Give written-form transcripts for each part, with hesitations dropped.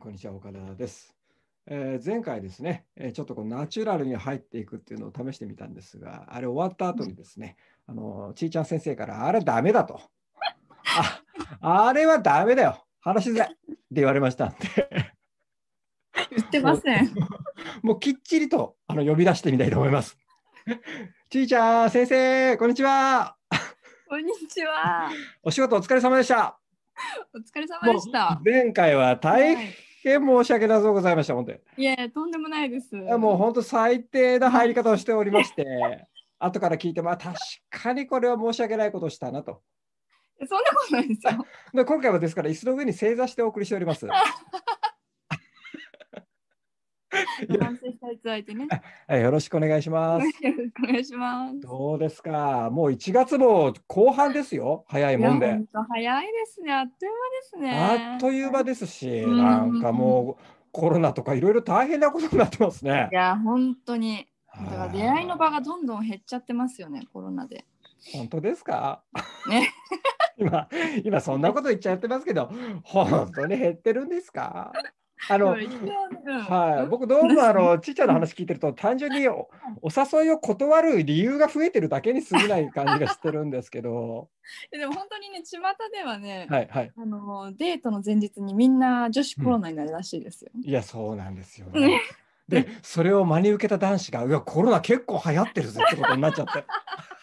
こんにちは、岡田です。前回ですね、ちょっとこうナチュラルに入っていくっていうのを試してみたんですが、あれ終わった後にですね、ちーちゃん先生から、あれダメだと。あれはダメだよ。話しづらいって言われましたんで、 言ってません。 もうきっちりと呼び出してみたいと思います。ちーちゃん先生、こんにちは。 こんにちは。 お仕事お疲れ様でした。 お疲れ様でもうした。 前回は大はい。 変申し訳なさございました、本当に。 いや、とんでもないです。 もう本当最低な入り方をしておりまして、後から聞いて、確かにこれは申し訳ないことをしたなと。 そんなことないですよ。 で今回はですから、椅子の上に正座してお送りしております。 反省していただいてね。 よろしくお願いします。 よろしくお願いします。 どうですか、もう1月も後半ですよ、早いいや、 もんで。 本当早いですね。あっという間ですあっね。 という間ですし、 うなんかん。 もうコロナとかいろいろ大変なことになってますね。 いや、本当に。だから出会いの場がはどんどん減っちゃってますよね、コロナで。 本当ですか？ ね。 今そんなこと言っちゃってますけど、本当に減ってるんですか？あの、 でも一応ね、 はい、僕どうもちっちゃな話聞いてると、単純にお誘いを断る理由が増えてるだけに過ぎない感じがしてるんですけど、 でも本当にね、巷ではね、 はいはい。 デートの前日にみんな女子うん。 コロナになるらしいですよ。 いや、そうなんですよね。 ね。 で、それを真に受けた男子が、いや、コロナ結構流行ってるぜってことになっちゃって。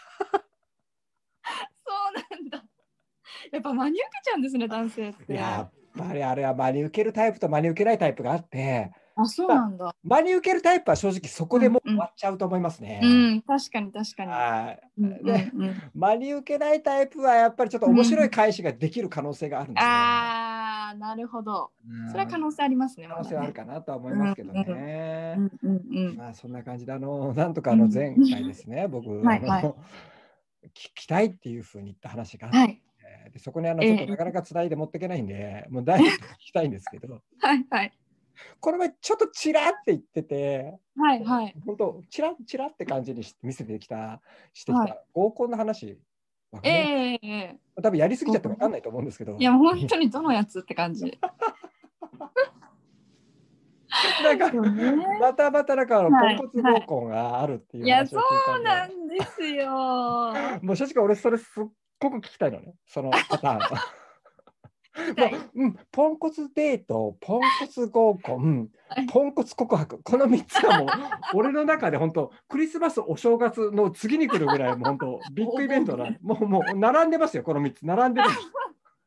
そうなんだ。やっぱ真に受けちゃうんですね、男性って。 やっぱりあれは真に受けるタイプと真に受けないタイプがあって、 あ、そうなんだ。 真に受けるタイプは正直そこでもう終わっちゃうと思いますね。 確かに確かに。 はい。 うんうで、 んうん。 真に受けないタイプはやっぱりちょっと面白い返しができる可能性があるんですね。 ああ、なるほど。 うそれは可能ん、 性ありますね、 可能性はあるまだね。 かなとは思いうんうんますけどね。そんな感じで、なんとかうん前回ですね、僕、 はいはい。 聞きたいっていうふうに言った話があって、 はい。 でそこにちょっとなかなええかつないで持っていけないんで、もうダイレクトに聞きたいんですけど、 はいはい。 この前ちょっとチラって言ってて、 はいはい。 本当、チラチラって感じに見せてきた、してきはい。 た合コンの話、わかります？ ええ多分やりすぎちゃってわかんいないと思うんですけど、 や、本当にどのやつって感じ。 なんか、 そうね。 またまたポンはいコツ合はい。 コンがあるっていういや、そ話を聞いたんうなで、 んですよ。 もう正直俺それすっごく聞きたいのね、そのパターン。も聞きたい。 う、ポンコツデート、ポンコツ合コン、 はい。 ポンコツ告白、この3つがもう、俺の中で本当、クリスマス、お正月の次に来るぐらい、もう本当、ビッグイベントな、もう並んでますよ、この3つ、並んでるんです。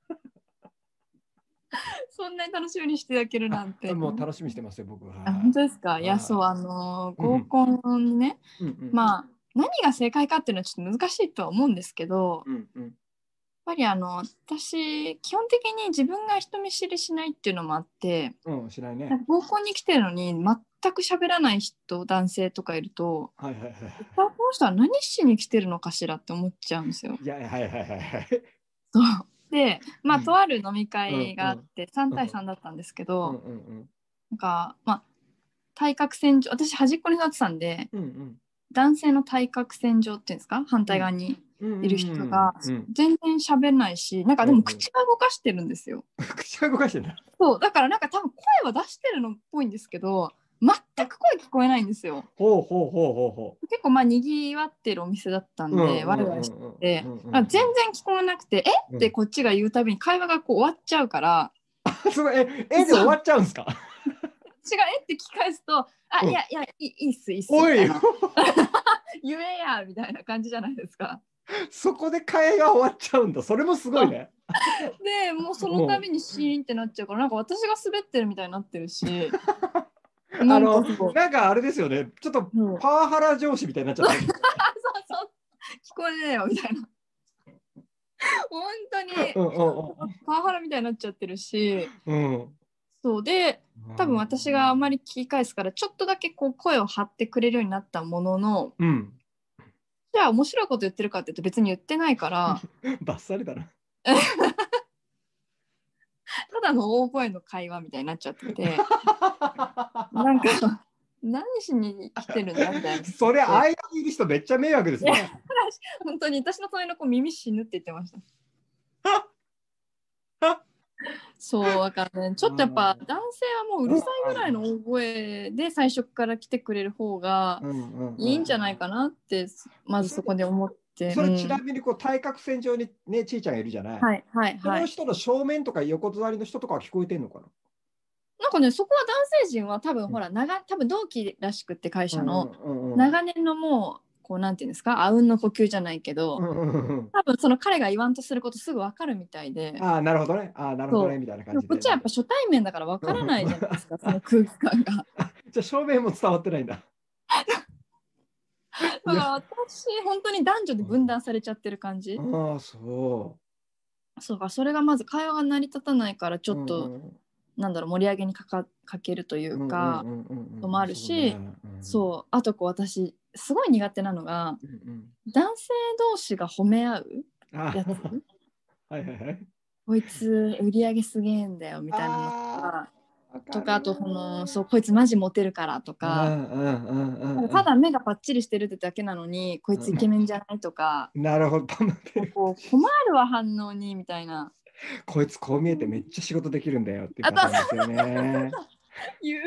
そんなに楽しみにしていただけるなんて。 もう楽しみにしてますよ、僕は。 あ、本当ですか。いや、そう、合コンにね、まあ、何が正解かっていうのはちょっと難しいとは思うんですけど、やっぱり私、基本的に自分が人見知りしないっていうのもあって、 しないね。 なんか合コンに来てるのに全く喋らない人、男性とかいると、 はいはいはい。 この人は何しに来てるのかしらって思っちゃうんですよ。 いや、はいはいはいはい。 そうで、まあ、とある飲みうん会があって3対3だったんですけど、 うんなんか、まあ、対角線上、私端っこに座ってたんで、 うんうん男性の対角線上っていうんですか、反うん対側にうんいる人がうん全然喋んないし、なんかでも口が動かしてるんですよ。 口が動かしてんだ。 そう、だからなんか多分声は出してるのっぽいんですけど、全く声聞こえないんですよ。 ほうほうほうほうほ結構まあ賑わってるお店だったんで、ワイワイしてて、全然聞こえなくて、えってこっちが言うたびに会話がこう終わっちゃうから、 そので終わっちゃうんですか？ 私がえって聞き返すと、あ、いやいや、いいっす、いいっす、みおいたいな。言えや、みたいな感じじゃないですか。 そこで会話終わっちゃうんだ。それもすごいね。 で、もうその度にシーンってなっちゃうから、なんか私が滑ってるみたいになってるし、なんかそう。 なんかあれですよね。ちょっとパワハラ上司みたいになっちゃってる。 そうそう、聞こえねえよ、みたいな。本当にパワハラみたいになっちゃってるし、そうで、多分私があまり聞き返すから、ちょっとだけこう声を張ってくれるようになったものの、じゃあ面白いこと言ってるかって言うと別に言ってないから、 バッサリだな。 ただの大声の会話みたいになっちゃってて、なんか何しに来てるんだみたいな。 それ間にいる人めっちゃ迷惑ですね。 本当に私の隣の子耳死ぬって言ってました。 そうだからね、ちょっとやっぱ男性はもううるさいぐらいの大声で最初から来てくれる方がいいんじゃないかなってまずそこで思って。 それちなみにこう対角線上にねちいちゃんいるじゃない。 はいはいそはい。 の人の正面とか横隣の人とかは聞こえてんのかな。 なんかね、そこは男性陣は多分ほら多分同期らしくって会社の長年のもうこうなんていうんですか、あうんの呼吸じゃないけど、多分その彼が言わんとすることすぐ分かるみたいで。 ああなるほどね、ああなるほどねみたいな感じで。 こっちはやっぱ初対面だから分からないじゃないですか、その空気感が。 じゃあ正面も伝わってないんだ。 だから私本当に男女で分断されちゃってる感じ。 ああそうか、それがまず会話が成り立たないからちょっと、なんだろう、盛り上げにかけるというかのもあるし、そうあとこう私すごい苦手なのが、男性同士が褒め合うやつはいはいはい、 こいつ売り上げすげえんだよみたいなのとか、あとそうこいつマジモテるからとか、ただ目がパッチリしてるってだけなのにこいつイケメンじゃないとか、 なるほど、 こう困るわ反応にみたいな。 こいつこう見えてめっちゃ仕事できるんだよっていうパターンですよね。 言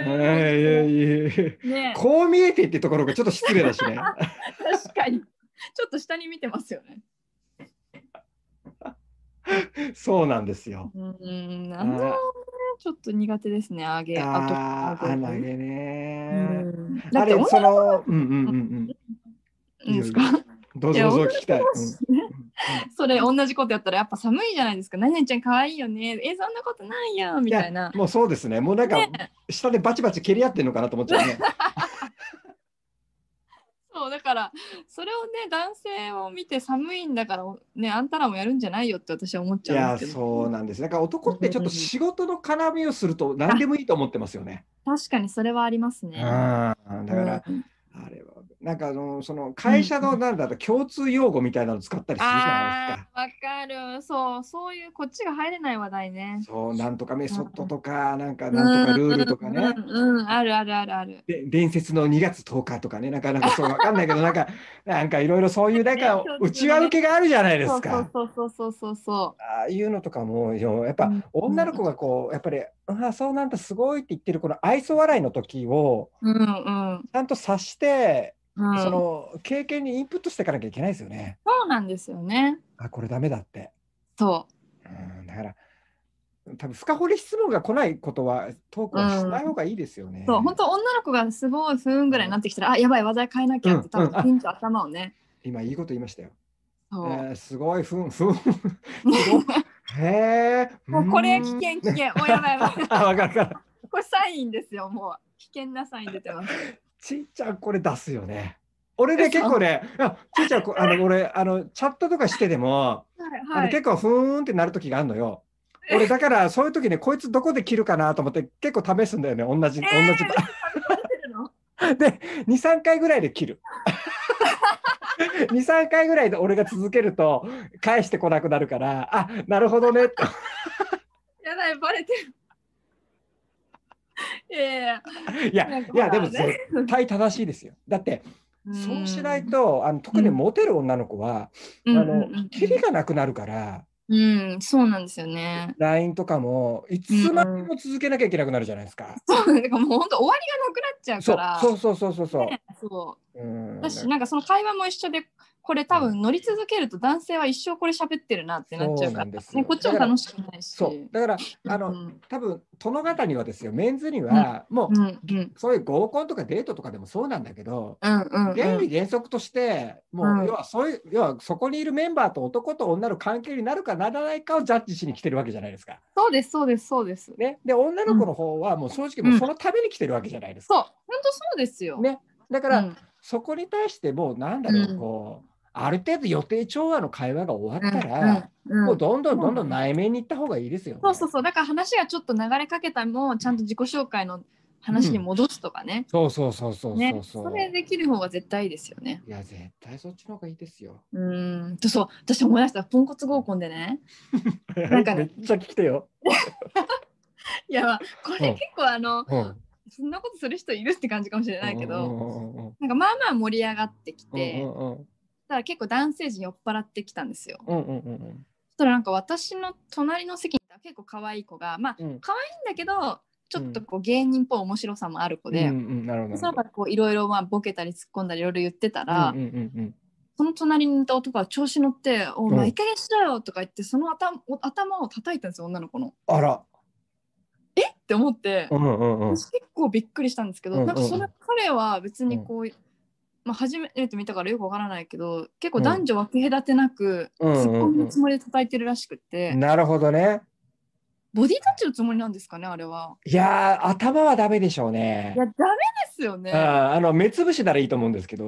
うね、こう見えてってところがちょっと失礼だしね。 確かにちょっと下に見てますよね。 そうなんですよ。 ちょっと苦手ですね、揚げ。 揚げね。 だってそのいいですか。どうぞ聞きたい。 それ同じことやったらやっぱ寒いじゃないですか。何々ちゃん可愛いよね。そんなことないよみたいな。 もうそうですね。もうなんか下でバチバチ蹴り合ってるのかなと思っちゃうね。 そうだからそれをね、男性を見て寒いんだからね、あんたらもやるんじゃないよって私は思っちゃうんですけど。 そうなんです。だから男ってちょっと仕事の絡みをすると何でもいいと思ってますよね。 確かにそれはありますね。 だからあれはなんかその会社のなんだろう、共通用語みたいなの使ったりするじゃないですか。 わかる。そういうこっちが入れない話題ね。 そう、なんとかメソッドとか、なんとかルールとかね。 あるあるあるある。 伝説の2月10日とかね、なんかそうわかんないけど、なんかいろいろそういうなんか内輪受けがあるじゃないですか。 そう。 ああいうのとかもやっぱ女の子がこうやっぱりそうなんだすごいって言ってるこの愛想笑いの時をちゃんと察して。その経験にインプットしていかなきゃいけないですよね。 そうなんですよね。 これダメだって。 そう。 だから多分深掘り質問が来ないことはトークはしない方がいいですよね。 そう本当女の子がすごい不運ぐらいになってきたら、やばい話題変えなきゃって多分ピンと頭をね。 今いいこと言いましたよ。すごい不運。 へえ。もうこれ危険。おやばい。 分かる。 これサインですよ。もう危険なサイン出てます。 ちいちゃんこれ出すよね。俺ね結構ね、ちいちゃん俺チャットとかしてでも結構ふーんってなる時があるのよ。俺だからそういう時ねこいつどこで切るかなと思って結構試すんだよね。同じ。で2、3回ぐらいで切る。2、3回ぐらいで俺が続けると返してこなくなるからなるほどね。やばいバレてる。 いやでも絶対正しいですよ。だってそうしないと特にモテる女の子はキリがなくなるから。 そうなんですよね。 LINE とかもいつまでも続けなきゃいけなくなるじゃないですか。 そうだからもう本当終わりがなくなっちゃうから。 そう。 だしなんかその会話も一緒でこれ多分乗り続けると男性は一生これ喋ってるなってなっちゃうから、こっちも楽しくないし。 だから多分殿方にはですよ、メンズにはもうそういう合コンとかデートとかでもそうなんだけど、原理原則としてもう要はそこにいるメンバーと男と女の関係になるかならないかをジャッジしに来てるわけじゃないですか。 そうですね。で女の子の方はもう正直もうそのために来てるわけじゃないですか。 そう本当そうですよ。 ね。だからそこに対してもうなんだろう、こうある程度予定調和の会話が終わったら、もうどんどん内面に行った方がいいですよね。 そうだから話がちょっと流れかけたのもちゃんと自己紹介の話に戻すとかね。 そう。 それできる方が絶対いいですよね。 いや絶対そっちの方がいいですよ。 そう私思い出した、ポンコツ合コンでね。 なんかめっちゃ聞きてよ。 いやこれ結構そんなことする人いるって感じかもしれないけど、なんかまあ盛り上がってきて、ただ結構男性陣酔っ払ってきたんですよ。 したらなんか私の隣の席にいた結構可愛い子が、まあ可愛いんだけどちょっとこう芸人っぽい面白さもある子で、その子がこういろいろボケたり突っ込んだりいろいろ言ってたら、その隣にいた男が調子乗って「お前いい加減しろよ」とか言ってその頭を叩いたんですよ、女の子の。 あら。 えって思って、私結構びっくりしたんですけど、なんかその彼は別にこう、まあ、初めて見たからよくわからないけど、結構男女分け隔てなく突っ込むつもりで叩いてるらしくて。 なるほどね。 ボディタッチのつもりなんですかね、あれは。 いや頭はダメでしょうね。 いや、ダメですよね。 目つぶしならいいと思うんですけど。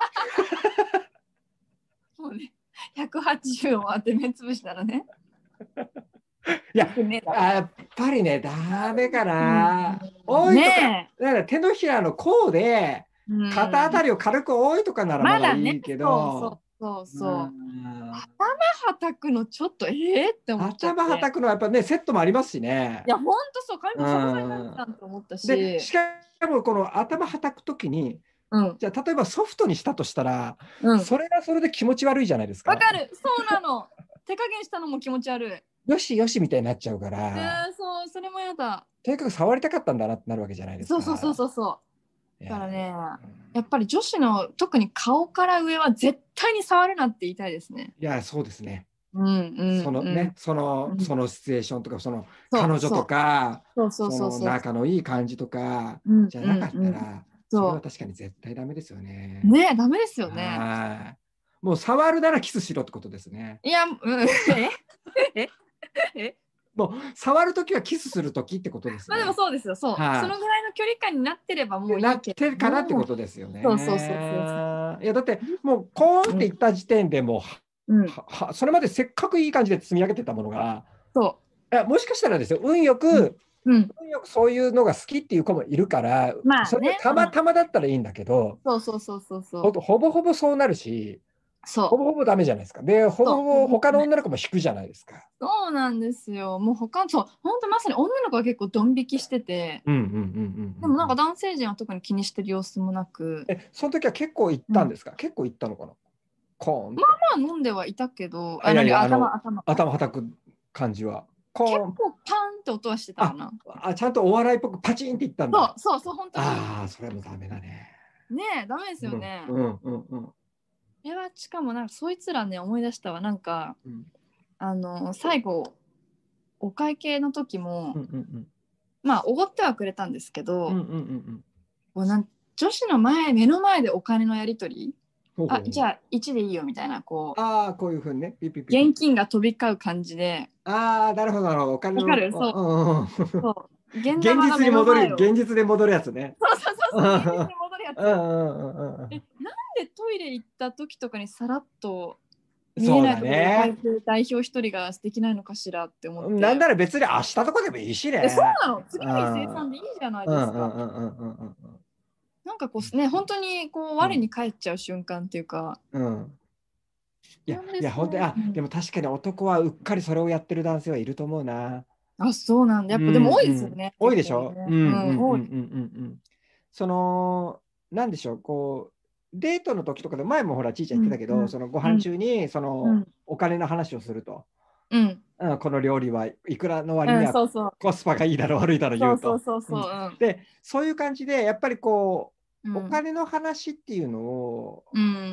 もうね、180を当て目つぶしならね。 いや、やっぱりね、ダメかな。多いとか、だから手のひらの甲で、肩あたりを軽く多いとかならまだいいけど。 そう。頭はたくのちょっとって思っちゃって。 頭はたくのはやっぱね、セットもありますしね。 いや、ほんとそう、髪もサボサボになったと思ったし。 で、しかもこの頭はたくときに、じゃあ例えばソフトにしたとしたら、それがそれで気持ち悪いじゃないですか。 わかる、そうなの。手加減したのも気持ち悪い。 よしよしみたいになっちゃうから。 そう、それもやだ。 とにかく触りたかったんだなってなるわけじゃないですか。 そう。だからね、やっぱり女子の特に顔から上は絶対に触るなって言いたいですね。 いや、そうですね。そのシチュエーションとか、その彼女とか、その仲のいい感じとかじゃなかったら、それは確かに絶対ダメですよね。 ね、ダメですよね。 もう触るならキスしろってことですね。 いや、 もう触るときはキスするときってことですね。 まあでもそうですよ、そう。そのぐらいの距離感になってればもういいけど。 なってるからってことですよね。 そう。 いやだってもうコーンっていった時点でもう、それまでせっかくいい感じで積み上げてたものが、もしかしたらですよ、運よくそういうのが好きっていう子もいるから、それたまたまだったらいいんだけど、ほぼほぼそうなるし。ほぼほぼダメじゃないですか。で、ほぼほぼ他の女の子も引くじゃないですか。 そうなんですよ。もう本当まさに女の子は結構ドン引きしてて、でもなんか男性陣は特に気にしてる様子もなく。 その時は結構行ったんですか？結構行ったのかな？コーン。 まあ飲んではいたけど、 頭はたく感じは。 結構パンって音はしてたかな。 ちゃんとお笑いっぽくパチンっていったんだ。 そう、本当に。 それもダメだね。 ねえ、ダメですよね。これはしかもなんかそいつらね思い出したわ、なんか、最後お会計の時も、まあおごってはくれたんですけど、女子の目の前でお金のやり取り、じゃあ1でいいよみたいな、こういうふうにね、 現金が飛び交う感じで。 なるほど、お金の。 わかる？そう。 現実に戻る、現実で戻るやつね。 そう、現実に戻るやつ。なんでトイレ行った時とかにさらっと見えないところで代表一人ができないのかしらって思って。 なんなら別に明日とかでもいいしね。 そうなの。次の日生産でいいじゃないですか。なんかこうね、本当にこう我に返っちゃう瞬間っていうか。 いや本当に、でも確かに男はうっかりそれをやってる男性はいると思うな。 そうなんだ。やっぱでも多いですよね。 多いでしょ。そのなんでしょう、こうデートの時とかで、前もほらちいちゃん言ってたけど、そのご飯中にそのお金の話をすると、この料理はいくらの割にはコスパがいいだろう悪いだろう言うと、でそういう感じでやっぱりこう、お金の話っていうのを、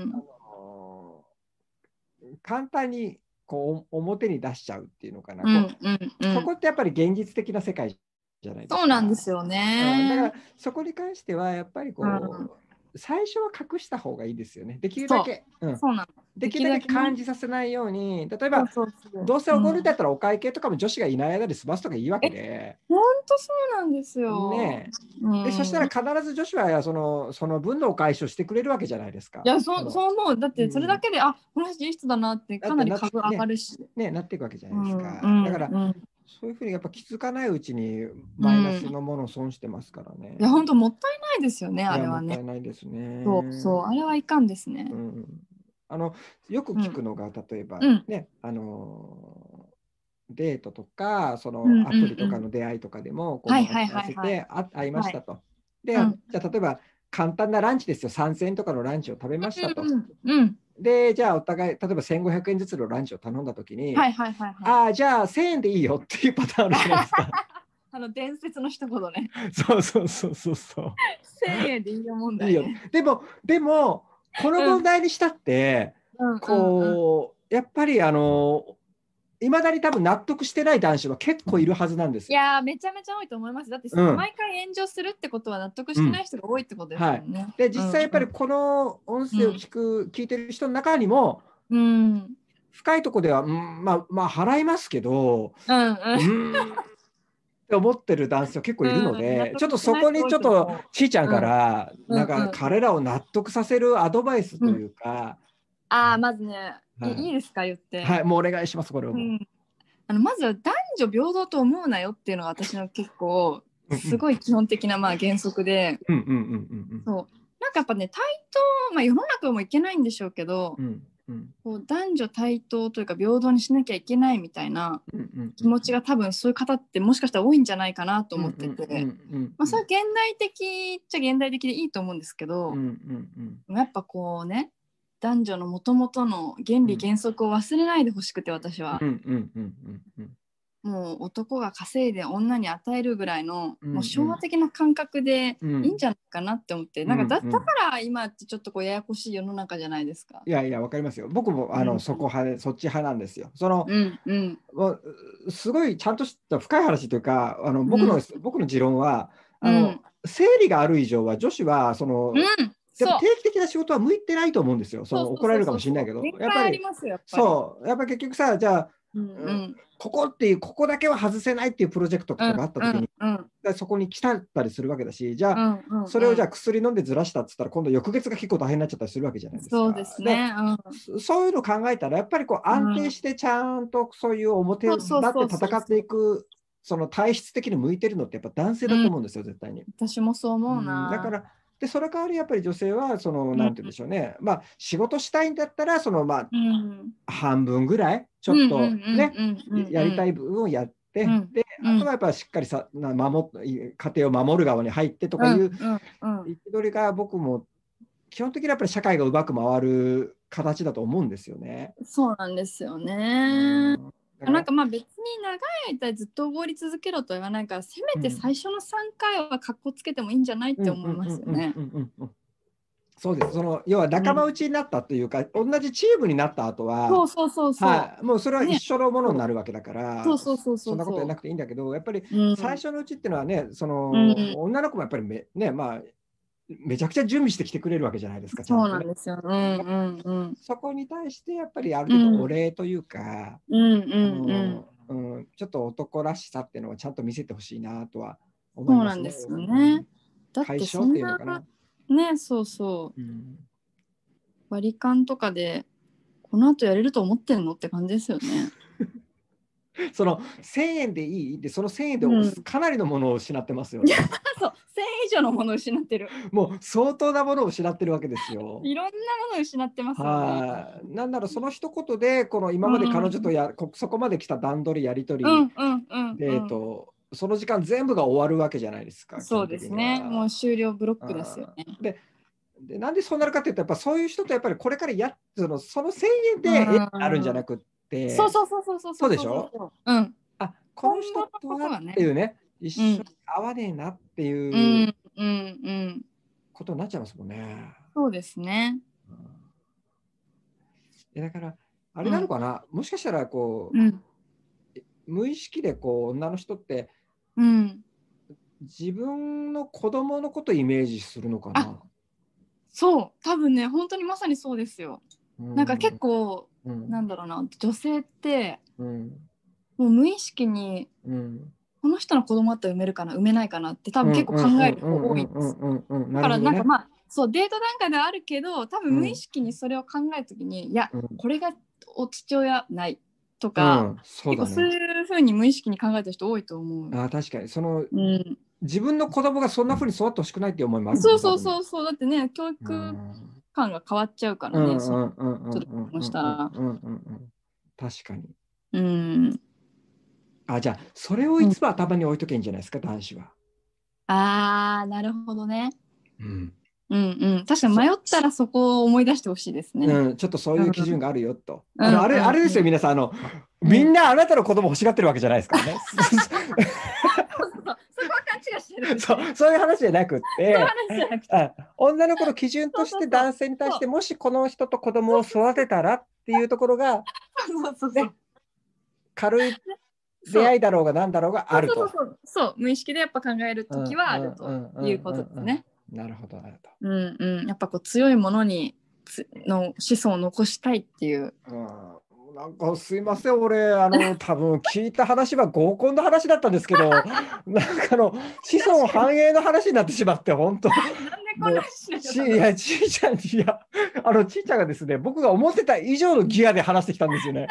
簡単にこう表に出しちゃうっていうのかな、そこってやっぱり現実的な世界じゃないですか。 そうなんですよね。 だからそこに関してはやっぱりこう、最初は隠した方がいいですよね。できるだけ。できるだけ感じさせないように、例えばどうせおごるんだったらお会計とかも女子がいない間で済ますとかいいわけで。 本当そうなんですよ。 でそしたら必ず女子はその分のお返しをしてくれるわけじゃないですか。 いや、そう思う。だってそれだけで、この人いい人だなってかなり株上がるし。 なっていくわけじゃないですか。だからそういうふうにやっぱ気づかないうちにマイナスのものを損してますからね。 いや本当もったいないですよね、あれはね。 もったいないですね。 そう、あれはいかんですね。 よく聞くのが、例えばね、デートとかそのアプリとかの出会いとかでもこう会いましたと。で、じゃあ例えば簡単なランチですよ、3000円とかのランチを食べましたと。 うんで、じゃあお互い、例えば1500円ずつのランチを頼んだときに、 はいはいはいはい。 ああ、じゃあ1000円でいいよっていうパターンあるじゃないですか。 伝説の一言ね。 そうそうそうそうそう。 1000円でいいよ問題、 いいよ。でも、この問題にしたって、こう、やっぱりいまだに多分納得してない男子は結構いるはずなんですよ。いやめちゃめちゃ多いと思います。だって、毎回炎上するってことは納得してない人が多いってことですよね。 はい、で実際やっぱりこの音声を聞いてる人の中にも、深いところでは、まあ払いますけど、って思ってる男性は結構いるので、ちょっとそこにちょっとちーちゃんからなんか彼らを納得させるアドバイスというか、 まずね、いいですか言って。 はい、もうお願いします。これをまずは男女平等と思うなよっていうのが私の結構すごい基本的な原則で、そうなんかやっぱね、対等、世の中もいけないんでしょうけど、こう男女対等というか平等にしなきゃいけないみたいな気持ちが多分そういう方ってもしかしたら多いんじゃないかなと思ってて、それは現代的っちゃ現代的でいいと思うんですけど、やっぱこうね、男女のもともとの原理原則を忘れないでほしくて、私は。もう男が稼いで女に与えるぐらいの、もう昭和的な感覚でいいんじゃないかなって思って、なんかだから今ってちょっとこうややこしい世の中じゃないですか。 いやいや、わかりますよ。僕もそこ派で、そっち派なんですよ。すごいちゃんとした深い話というか、僕の持論は、生理がある以上は女子は定期的な仕事は向いてないと思うんですよ。怒られるかもしれないけど、やっぱり結局さ、じゃあここだけは外せないっていうプロジェクトとかがあった時に、そこに来たりするわけだし、じゃあそれをじゃあ薬飲んでずらしたっつったら今度翌月が結構大変になっちゃったりするわけじゃないですか。 そうですね。 そういうのを考えたらやっぱりこう安定してちゃんとそういう表立って戦っていく、その体質的に向いてるのってやっぱ男性だと思うんですよ、絶対に。 私もそう思うな。 だからでその代わりやっぱり女性はなんて言うんでしょうね、仕事したいんだったら半分ぐらいちょっとねやりたい部分をやって、であとはやっぱりしっかり家庭を守る側に入ってとかいう憤りが僕も基本的にやっぱり社会がうまく回る形だと思うんですよね。 そうなんですよね。なんか別に長い間ずっとおごり続けろとは言わないから、せめて最初の3回はかっこつけてもいいんじゃないって思いますよね。 そうです。要は仲間内になったというか、同じチームになった後は、もうそれは一緒のものになるわけだから、そんなことやらなくていいんだけど、やっぱり最初のうちっていうのはね、女の子もやっぱりめちゃくちゃ準備してきてくれるわけじゃないですか。 そうなんですよ。 そこに対してやっぱりある程度お礼というか、ちょっと男らしさっていうのをちゃんと見せてほしいなとは思いますね。 そうなんですよね。だってそんなね、割り勘とかでこの後やれると思ってんのって感じですよね。 その1000円でいいで、その1000円でかなりのものを失ってますよね。 そう、1000円以上のものを失ってる。 もう相当なものを失ってるわけですよ。 いろんなものを失ってますよね。 なんならその一言で今まで彼女とそこまで来た段取りやり取りその時間全部が終わるわけじゃないですか。 そうですね。もう終了ブロックですよね。 でなんでそうなるかっていうと、やっぱそういう人とやっぱりこれからその1000円であるんじゃなくて、そうでしょ。この人とはっていうね、一緒に合わねえなっていうことになっちゃいますもんね。 そうですね。 だからあれなのかな、もしかしたら無意識で女の人って自分の子供のことをイメージするのかな。 そう、多分ね、本当にまさにそうですよ。なんか結構、なんだろうな、女性って、もう無意識に、この人の子供だったら産めるかな、産めないかなって多分結構考える子多いんです。だからなんかそうデート段階ではあるけど、多分無意識にそれを考えるときに、いや、これがお父親ないとか、結構そういうふうに無意識に考えてる人多いと思う。 確かに自分の子供がそんなふうに育ってほしくないっていう思いもある。 そうだってね、教育感が変わっちゃうからね、そうしたら。 確かに。じゃあそれをいつも頭に置いとけんじゃないですか、男子は。 なるほどね。 確かに迷ったらそこを思い出してほしいですね。 ちょっとそういう基準があるよと。あれですよ、皆さん、みんなあなたの子供欲しがってるわけじゃないですからね。そういう話じゃなくって、女の子の基準として男性に対して、もしこの人と子供を育てたらっていうところが、軽い出会いだろうが何だろうがあると。 そう無意識でやっぱ考える時はあるということですね。 なるほど、なるほど。やっぱこう強いものにの子孫を残したいっていう。 なんかすいません、俺多分聞いた話は合コンの話だったんですけど、なんか子孫繁栄の話になってしまって、本当。なんでこんな話にないや、ちいちゃんがですね、僕が思ってた以上のギアで話してきたんですよね。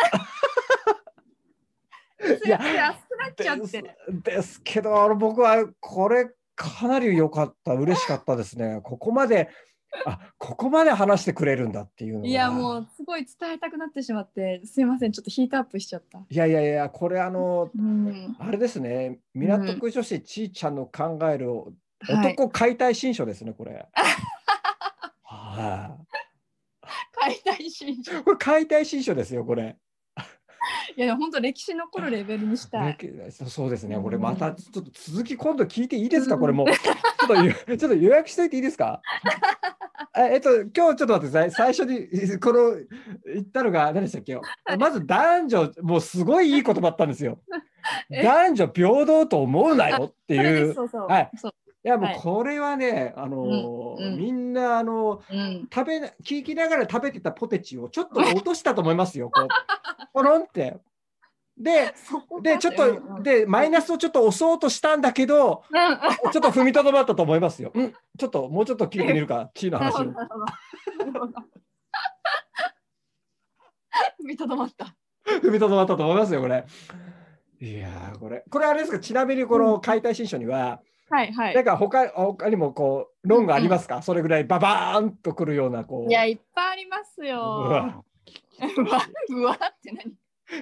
いや、 ですけど、僕はこれかなり良かった、嬉しかったですね。ここまで話してくれるんだっていうのは。 いや、もうすごい伝えたくなってしまって、すいません、ちょっとヒートアップしちゃった。 いや、これあれですね、港区女子ちいちゃんの考える男解体新書ですね、これ。 解体新書。 これ解体新書ですよ、これ。 いや、本当歴史残るレベルにしたい。 そうですね、これまたちょっと続き今度聞いていいですか、これも。ちょっと予約しといていいですか。今日ちょっと待ってください。最初に言ったのが何でしたっけ。まず男女、もうすごいいい言葉だったんですよ。男女平等と思うなよっていう。いや、もうこれはね、みんな聞きながら食べてたポテチをちょっと落としたと思いますよ。ポロンって。でちょっとマイナスをちょっと押そうとしたんだけど、ちょっと踏みとどまったと思いますよ。ちょっともうちょっと聞いてみるか、チーの話を。踏みとどまった。 踏みとどまったと思いますよ、これ。いやこれあれですか。ちなみにこの解体新書には、なんか他にも論がありますか。それぐらいババーンとくるような。 いや、いっぱいありますよ。うわって何。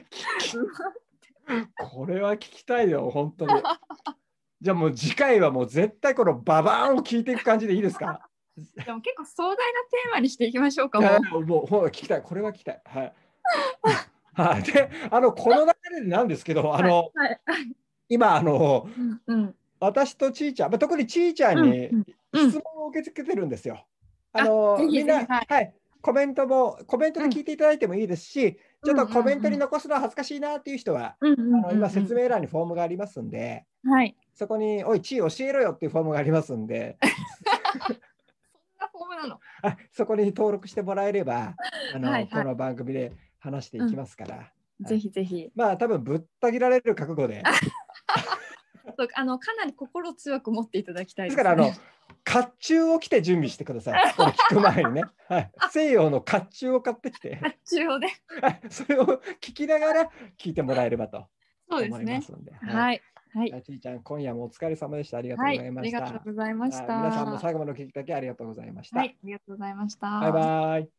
これは聞きたいよ、本当に。じゃあもう次回はもう絶対このババーンを聞いていく感じでいいですか。 でも結構壮大なテーマにしていきましょうか。 もう聞きたい、これは聞きたい。はい。で、この流れでなんですけど、今私とちいちゃん、特にちいちゃんに質問を受け付けてるんですよ。みんな、コメントで聞いていただいてもいいですし、ちょっとコメントに残すのは恥ずかしいなっていう人は、今説明欄にフォームがありますんで、そこに、おい、ちい教えろよっていうフォームがありますんで、 そんなフォームなの？ そこに登録してもらえれば、この番組で話していきますから。 ぜひぜひ。 まあ、多分ぶった切られる覚悟で。 かなり心強く持っていただきたいですから、甲冑を着て準備してください。これ聞く前にね。西洋の甲冑を買ってきて。 甲冑をね。 それを聞きながら聞いてもらえればと思いますので。ちいちゃん、今夜もお疲れ様でした。ありがとうございました。 ありがとうございました。 皆さんも最後までお聞きいただきありがとうございました。 ありがとうございました。 バイバイ。